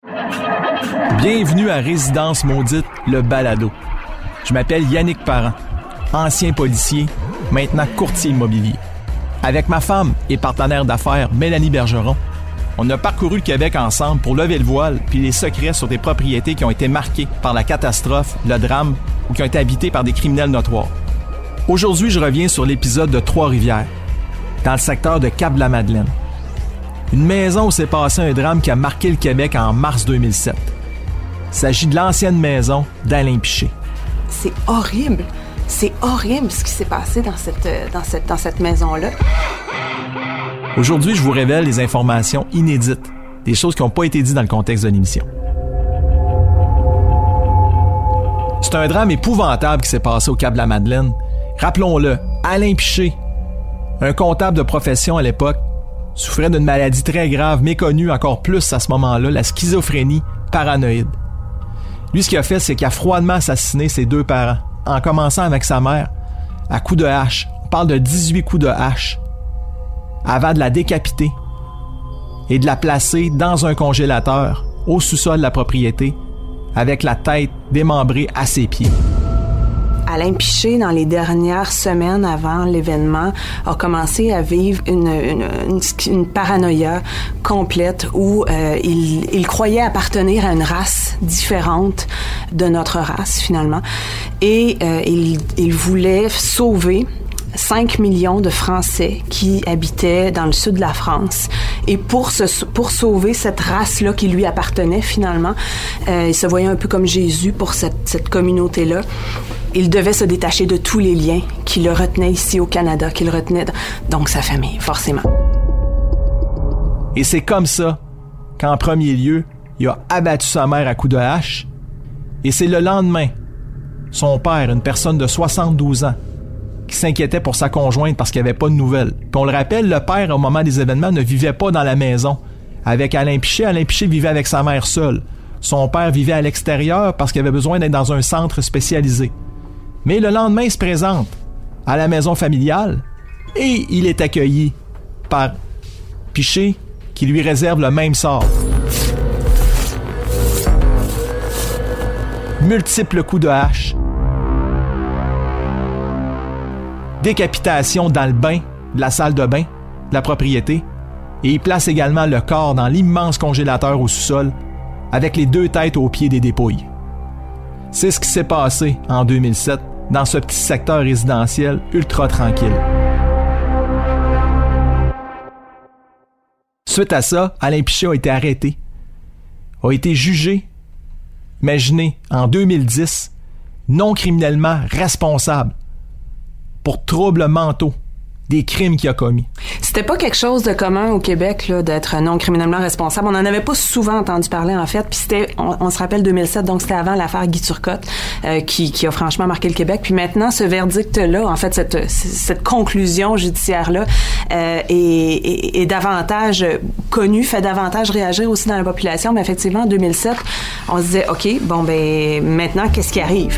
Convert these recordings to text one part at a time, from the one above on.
Bienvenue à Résidence Maudite, le balado. Je m'appelle Yannick Parent, ancien policier, maintenant courtier immobilier. Avec ma femme et partenaire d'affaires, Mélanie Bergeron, on a parcouru le Québec ensemble pour lever le voile puis les secrets sur des propriétés qui ont été marquées par la catastrophe, le drame ou qui ont été habitées par des criminels notoires. Aujourd'hui, je reviens sur l'épisode de Trois-Rivières, dans le secteur de Cap-de-la-Madeleine. Une maison où s'est passé un drame qui a marqué le Québec en mars 2007. Il s'agit de l'ancienne maison d'Alain Piché. C'est horrible ce qui s'est passé dans cette maison-là. Aujourd'hui, je vous révèle des informations inédites, des choses qui n'ont pas été dites dans le contexte de l'émission. C'est un drame épouvantable qui s'est passé au Cap-de-la-Madeleine. Rappelons-le, Alain Piché, un comptable de profession à l'époque, souffrait d'une maladie très grave, méconnue encore plus à ce moment-là, la schizophrénie paranoïde. Lui, ce qu'il a fait, c'est qu'il a froidement assassiné ses deux parents, en commençant avec sa mère, à coups de hache. On parle de 18 coups de hache, avant de la décapiter et de la placer dans un congélateur au sous-sol de la propriété, avec la tête démembrée à ses pieds. Alain Piché, dans les dernières semaines avant l'événement, a commencé à vivre une paranoïa complète où il croyait appartenir à une race différente de notre race, finalement. Et il voulait sauver 5 millions de Français qui habitaient dans le sud de la France. Et pour sauver cette race-là qui lui appartenait, finalement, il se voyait un peu comme Jésus pour cette communauté-là. Il devait se détacher de tous les liens qui le retenaient ici au Canada, qui le retenaient donc sa famille, forcément. Et c'est comme ça qu'en premier lieu, il a abattu sa mère à coups de hache. Et c'est le lendemain, son père, une personne de 72 ans, qui s'inquiétait pour sa conjointe parce qu'il n'y avait pas de nouvelles. Puis on le rappelle, le père, au moment des événements, ne vivait pas dans la maison avec Alain Piché. Alain Piché vivait avec sa mère seule. Son père vivait à l'extérieur parce qu'il avait besoin d'être dans un centre spécialisé. Mais le lendemain, il se présente à la maison familiale et il est accueilli par Piché qui lui réserve le même sort. Multiples coups de hache. Décapitation dans le bain de la salle de bain de la propriété. Et il place également le corps dans l'immense congélateur au sous-sol avec les deux têtes au pied des dépouilles. C'est ce qui s'est passé en 2007 dans ce petit secteur résidentiel ultra tranquille. Suite à ça, Alain Piché a été arrêté, a été jugé, imaginez, en 2010, non criminellement responsable pour troubles mentaux, des crimes qu'il a commis. C'était pas quelque chose de commun au Québec là, d'être non criminellement responsable. On n'en avait pas souvent entendu parler en fait. Puis c'était, on se rappelle 2007, donc c'était avant l'affaire Guy Turcotte qui a franchement marqué le Québec. Puis maintenant, ce verdict-là, en fait, cette conclusion judiciaire-là est davantage connue, fait davantage réagir aussi dans la population. Mais effectivement, en 2007, on se disait, OK, bon ben maintenant, qu'est-ce qui arrive?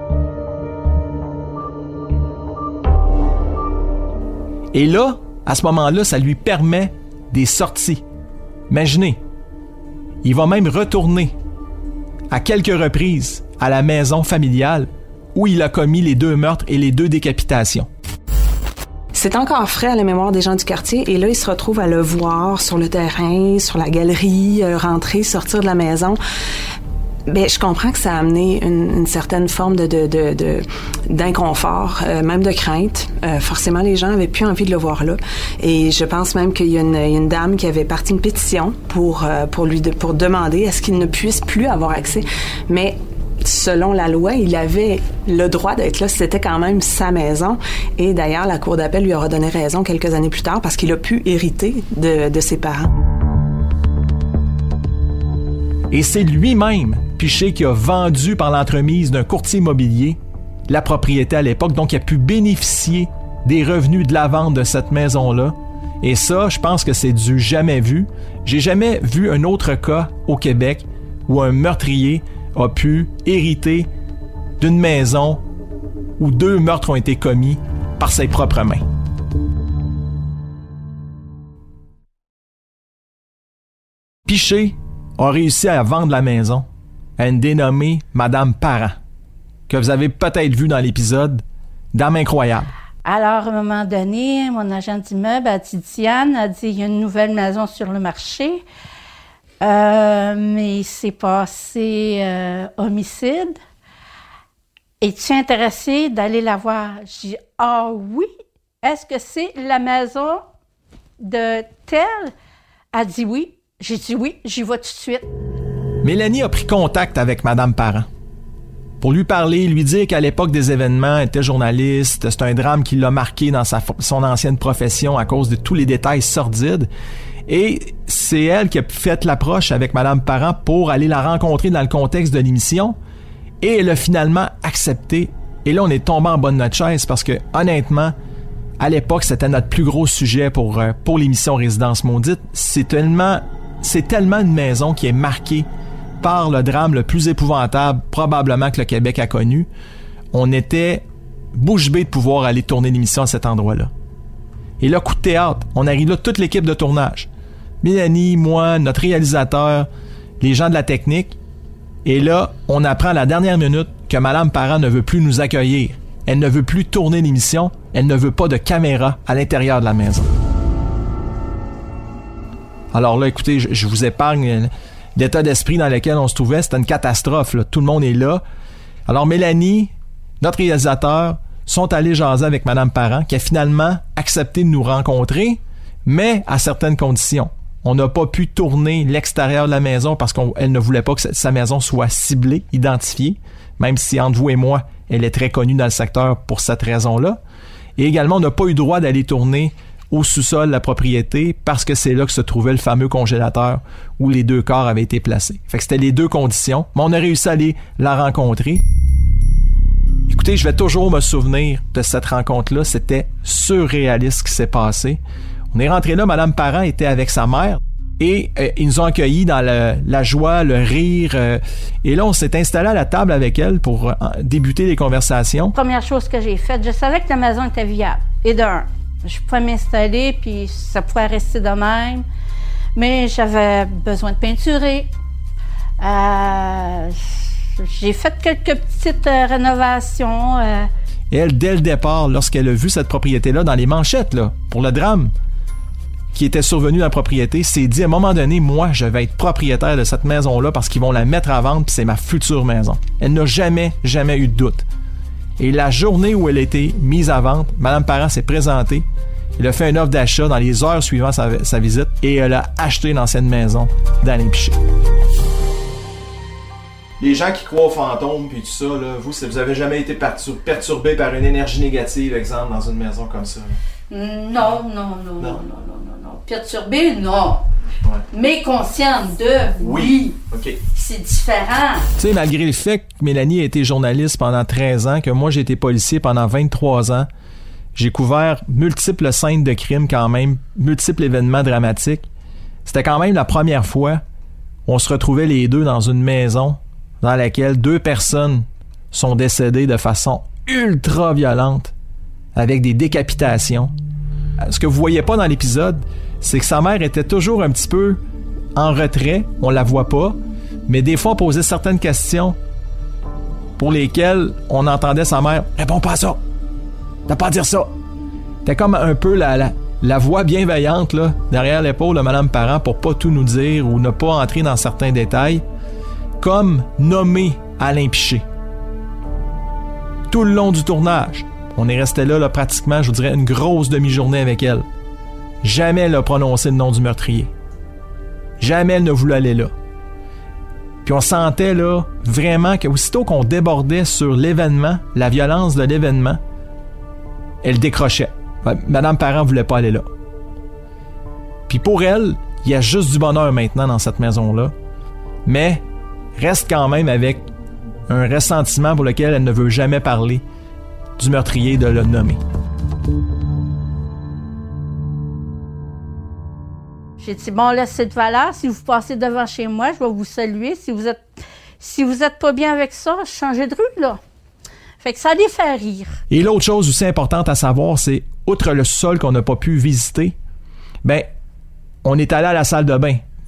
Et là, à ce moment-là, ça lui permet des sorties. Imaginez, il va même retourner à quelques reprises à la maison familiale où il a commis les 2 meurtres et les 2 décapitations. C'est encore frais à la mémoire des gens du quartier et là, il se retrouve à le voir sur le terrain, sur la galerie, rentrer, sortir de la maison. Ben, je comprends que ça a amené une certaine forme d'inconfort, même de crainte. Forcément, les gens avaient plus envie de le voir là. Et je pense même qu'il y a une dame qui avait parti une pétition pour demander à ce qu'il ne puisse plus avoir accès. Mais selon la loi, il avait le droit d'être là. C'était quand même sa maison. Et d'ailleurs, la Cour d'appel lui aura donné raison quelques années plus tard parce qu'il a pu hériter de ses parents. Et c'est lui-même, Piché, qui a vendu par l'entremise d'un courtier immobilier la propriété à l'époque, donc il a pu bénéficier des revenus de la vente de cette maison-là. Et ça, je pense que c'est du jamais vu. J'ai jamais vu un autre cas au Québec où un meurtrier a pu hériter d'une maison où 2 meurtres ont été commis par ses propres mains. Piché a réussi à vendre la maison à une dénommée Madame Parent, que vous avez peut-être vu dans l'épisode Dame Incroyable. Alors, à un moment donné, mon agent d'immeuble a dit, Diane, a dit, il y a une nouvelle maison sur le marché, mais il s'est passé homicide. Es-tu intéressé d'aller la voir? J'ai dit, ah oui, est-ce que c'est la maison de telle? Elle dit oui. J'ai dit oui, j'y vais tout de suite. Mélanie a pris contact avec Madame Parent pour lui parler, lui dire qu'à l'époque des événements, elle était journaliste, c'est un drame qui l'a marqué dans son ancienne profession à cause de tous les détails sordides. Et c'est elle qui a fait l'approche avec Madame Parent pour aller la rencontrer dans le contexte de l'émission. Et elle a finalement accepté. Et là, on est tombé en bas de notre chaise parce que, honnêtement, à l'époque, c'était notre plus gros sujet pour l'émission Résidence Maudite. C'est tellement une maison qui est marquée par le drame le plus épouvantable probablement que le Québec a connu. On était bouche bée de pouvoir aller tourner l'émission à cet endroit-là. Et là, coup de théâtre, on arrive là, toute l'équipe de tournage. Mélanie, moi, notre réalisateur, les gens de la technique. Et là, on apprend à la dernière minute que Madame Parent ne veut plus nous accueillir. Elle ne veut plus tourner l'émission. Elle ne veut pas de caméra à l'intérieur de la maison. Alors là, écoutez, je vous épargne l'état d'esprit dans lequel on se trouvait. C'était une catastrophe, là. Tout le monde est là. Alors Mélanie, notre réalisateur, sont allés jaser avec Madame Parent, qui a finalement accepté de nous rencontrer, mais à certaines conditions. On n'a pas pu tourner l'extérieur de la maison parce qu'elle ne voulait pas que sa maison soit ciblée, identifiée, même si entre vous et moi, elle est très connue dans le secteur pour cette raison-là. Et également, on n'a pas eu droit d'aller tourner au sous-sol de la propriété parce que c'est là que se trouvait le fameux congélateur où les 2 corps avaient été placés. Fait que c'était les 2 conditions, mais on a réussi à aller la rencontrer. Écoutez, je vais toujours me souvenir de cette rencontre-là. C'était surréaliste ce qui s'est passé. On est rentré là, Madame Parent était avec sa mère et ils nous ont accueillis dans la joie, le rire. Et là, on s'est installé à la table avec elle pour débuter les conversations. Première chose que j'ai faite, je savais que la maison était viable. Et d'un, je pouvais m'installer puis ça pouvait rester de même. Mais j'avais besoin de peinturer. J'ai fait quelques petites rénovations. Et elle, dès le départ, lorsqu'elle a vu cette propriété-là dans les manchettes, là, pour le drame qui était survenu dans la propriété, s'est dit à un moment donné, moi, je vais être propriétaire de cette maison-là parce qu'ils vont la mettre à vendre puis c'est ma future maison. Elle n'a jamais eu de doute. Et la journée où elle a été mise à vente, Madame Parent s'est présentée. Elle a fait une offre d'achat dans les heures suivant sa visite et elle a acheté l'ancienne maison d'Alain Piché. Les gens qui croient aux fantômes puis tout ça, là, vous avez jamais été perturbé par une énergie négative, exemple, dans une maison comme ça? Non. Perturbé, non. Ouais. Mais consciente de, oui. OK. C'est différent. Tu sais, malgré le fait que Mélanie a été journaliste pendant 13 ans, que moi j'ai été policier pendant 23 ans, j'ai couvert multiples scènes de crimes quand même, multiples événements dramatiques. C'était quand même la première fois où on se retrouvait les deux dans une maison dans laquelle 2 personnes sont décédées de façon ultra violente, avec des décapitations. Ce que vous voyez pas dans l'épisode, c'est que sa mère était toujours un petit peu en retrait, on la voit pas, mais des fois on posait certaines questions pour lesquelles on entendait sa mère « Réponds pas à ça! T'as pas à dire ça! » C'était comme un peu la voix bienveillante là, derrière l'épaule de Madame Parent pour pas tout nous dire ou ne pas entrer dans certains détails, comme nommer Alain Piché. Tout le long du tournage, on est resté là pratiquement, je vous dirais, une grosse demi-journée avec elle. Jamais elle a prononcé le nom du meurtrier. Jamais elle ne voulait aller là. Puis on sentait là vraiment que aussitôt qu'on débordait sur l'événement, la violence de l'événement, elle décrochait. Madame Parent voulait pas aller là. Puis pour elle, il y a juste du bonheur maintenant dans cette maison-là, mais reste quand même avec un ressentiment pour lequel elle ne veut jamais parler du meurtrier, de le nommer. J'ai dit, bon, là, c'est de valeur. Si vous passez devant chez moi, je vais vous saluer. Si vous êtes pas bien avec ça, changez de rue, là. Fait que ça les fait rire. Et l'autre chose aussi importante à savoir, c'est, outre le sol qu'on n'a pas pu visiter, ben, on est allé à la salle de bain.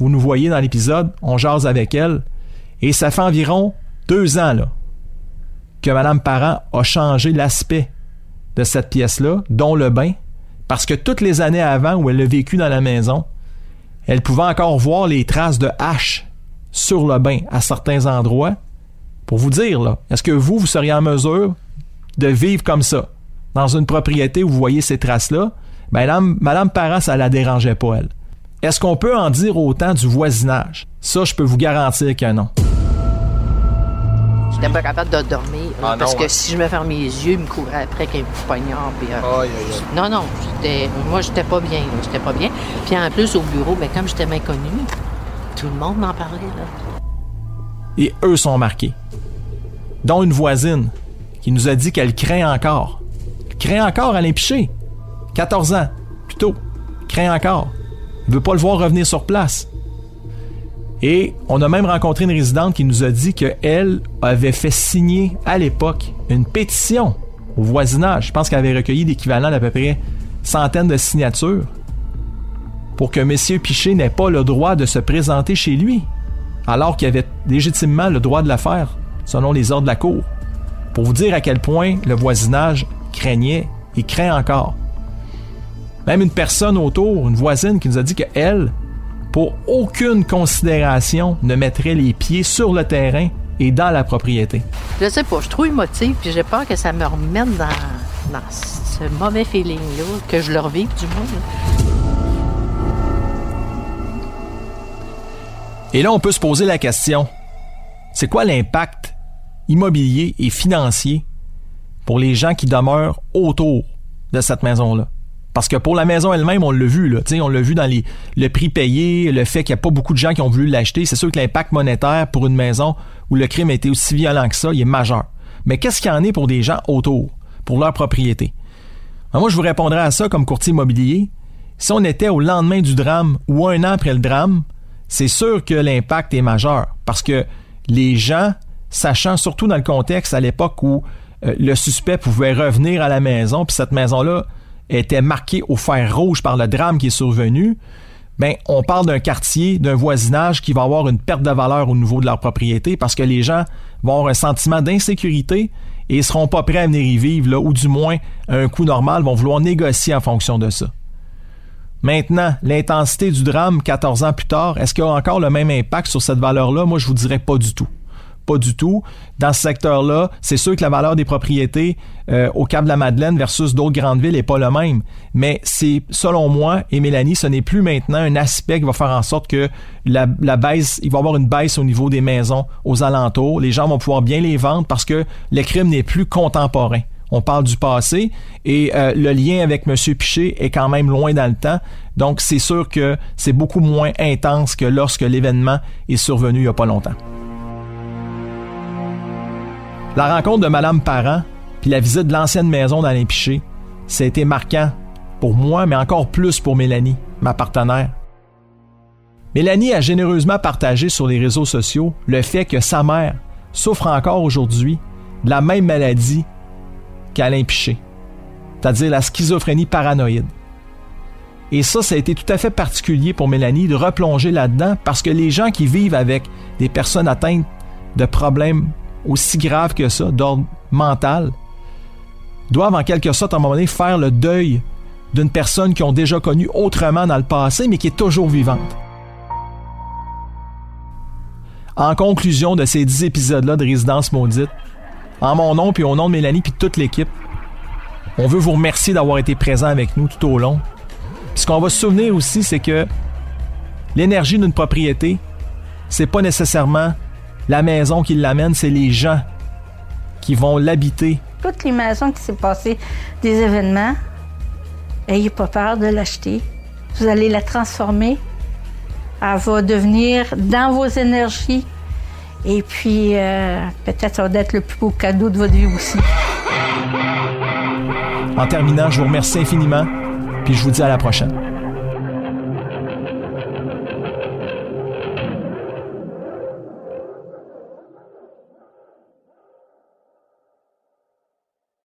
vous nous voyez dans l'épisode, on jase avec elle. Et ça fait environ 2 ans là, que Mme Parent a changé l'aspect de cette pièce-là, dont le bain, parce que toutes les années avant où elle a vécu dans la maison, elle pouvait encore voir les traces de hache sur le bain à certains endroits. Pour vous dire, là, est-ce que vous seriez en mesure de vivre comme ça, dans une propriété où vous voyez ces traces-là? Ben, Mme Parent, ça la dérangeait pas, elle. Est-ce qu'on peut en dire autant du voisinage? Ça, je peux vous garantir que non. J'étais pas capable de dormir. Parce que si je me fermais les yeux, il me courait après avec un coup de poignard. Puis, non, moi, j'étais pas bien. J'étais pas bien. Puis en plus, au bureau, ben, comme j'étais méconnue, tout le monde m'en parlait. Là. Et eux sont marqués. Dont une voisine qui nous a dit qu'elle craint encore. Elle craint encore Alain Piché. 14 ans, plutôt. Craint encore. Elle veut pas le voir revenir sur place. Et on a même rencontré une résidente qui nous a dit qu'elle avait fait signer à l'époque une pétition au voisinage. Je pense qu'elle avait recueilli l'équivalent d'à peu près centaines de signatures pour que M. Piché n'ait pas le droit de se présenter chez lui, alors qu'il avait légitimement le droit de le faire, selon les ordres de la cour. Pour vous dire à quel point le voisinage craignait et craint encore. Même une personne autour, une voisine, qui nous a dit qu'elle, pour aucune considération, ne mettrait les pieds sur le terrain et dans la propriété. Je sais pas, je suis trop émotive, puis j'ai peur que ça me remette dans ce mauvais feeling-là, que je le revive du moins. Et là, on peut se poser la question, c'est quoi l'impact immobilier et financier pour les gens qui demeurent autour de cette maison-là? Parce que pour la maison elle-même, on l'a vu, là, on l'a vu dans le prix payé, le fait qu'il n'y a pas beaucoup de gens qui ont voulu l'acheter. C'est sûr que l'impact monétaire pour une maison où le crime a été aussi violent que ça, il est majeur. Mais qu'est-ce qu'il y en est pour des gens autour, pour leur propriété? Alors moi, je vous répondrais à ça comme courtier immobilier. Si on était au lendemain du drame ou 1 an après le drame, c'est sûr que l'impact est majeur. Parce que les gens, sachant surtout dans le contexte à l'époque où le suspect pouvait revenir à la maison, puis cette maison-là était marquée au fer rouge par le drame qui est survenu, ben on parle d'un quartier, d'un voisinage qui va avoir une perte de valeur au niveau de leur propriété parce que les gens vont avoir un sentiment d'insécurité et ne seront pas prêts à venir y vivre, là, ou du moins, à un coût normal, vont vouloir négocier en fonction de ça. Maintenant, l'intensité du drame 14 ans plus tard, est-ce qu'il y a encore le même impact sur cette valeur-là? Moi, je vous dirais pas du tout. Pas du tout. Dans ce secteur-là, c'est sûr que la valeur des propriétés au Cap-de-la-Madeleine versus d'autres grandes villes n'est pas le même. Mais c'est, selon moi et Mélanie, ce n'est plus maintenant un aspect qui va faire en sorte que la baisse, il va y avoir une baisse au niveau des maisons aux alentours. Les gens vont pouvoir bien les vendre parce que le crime n'est plus contemporain. On parle du passé et le lien avec M. Piché est quand même loin dans le temps. Donc, c'est sûr que c'est beaucoup moins intense que lorsque l'événement est survenu il n'y a pas longtemps. La rencontre de Mme Parent puis la visite de l'ancienne maison d'Alain Piché, ça a été marquant pour moi, mais encore plus pour Mélanie, ma partenaire. Mélanie a généreusement partagé sur les réseaux sociaux le fait que sa mère souffre encore aujourd'hui de la même maladie qu'Alain Piché, c'est-à-dire la schizophrénie paranoïde. Et ça a été tout à fait particulier pour Mélanie de replonger là-dedans parce que les gens qui vivent avec des personnes atteintes de problèmes aussi graves que ça, d'ordre mental, doivent en quelque sorte à un moment donné faire le deuil d'une personne qu'ils ont déjà connue autrement dans le passé, mais qui est toujours vivante. En conclusion de ces 10 épisodes-là de Résidence Maudite, en mon nom puis au nom de Mélanie puis de toute l'équipe, on veut vous remercier d'avoir été présent avec nous tout au long. Puis ce qu'on va se souvenir aussi, c'est que l'énergie d'une propriété, c'est pas nécessairement la maison qui l'amène, c'est les gens qui vont l'habiter. Toutes les maisons qui s'est passé des événements, n'ayez pas peur de l'acheter. Vous allez la transformer. Elle va devenir dans vos énergies. Et puis, peut-être ça va être le plus beau cadeau de votre vie aussi. En terminant, je vous remercie infiniment, puis je vous dis à la prochaine.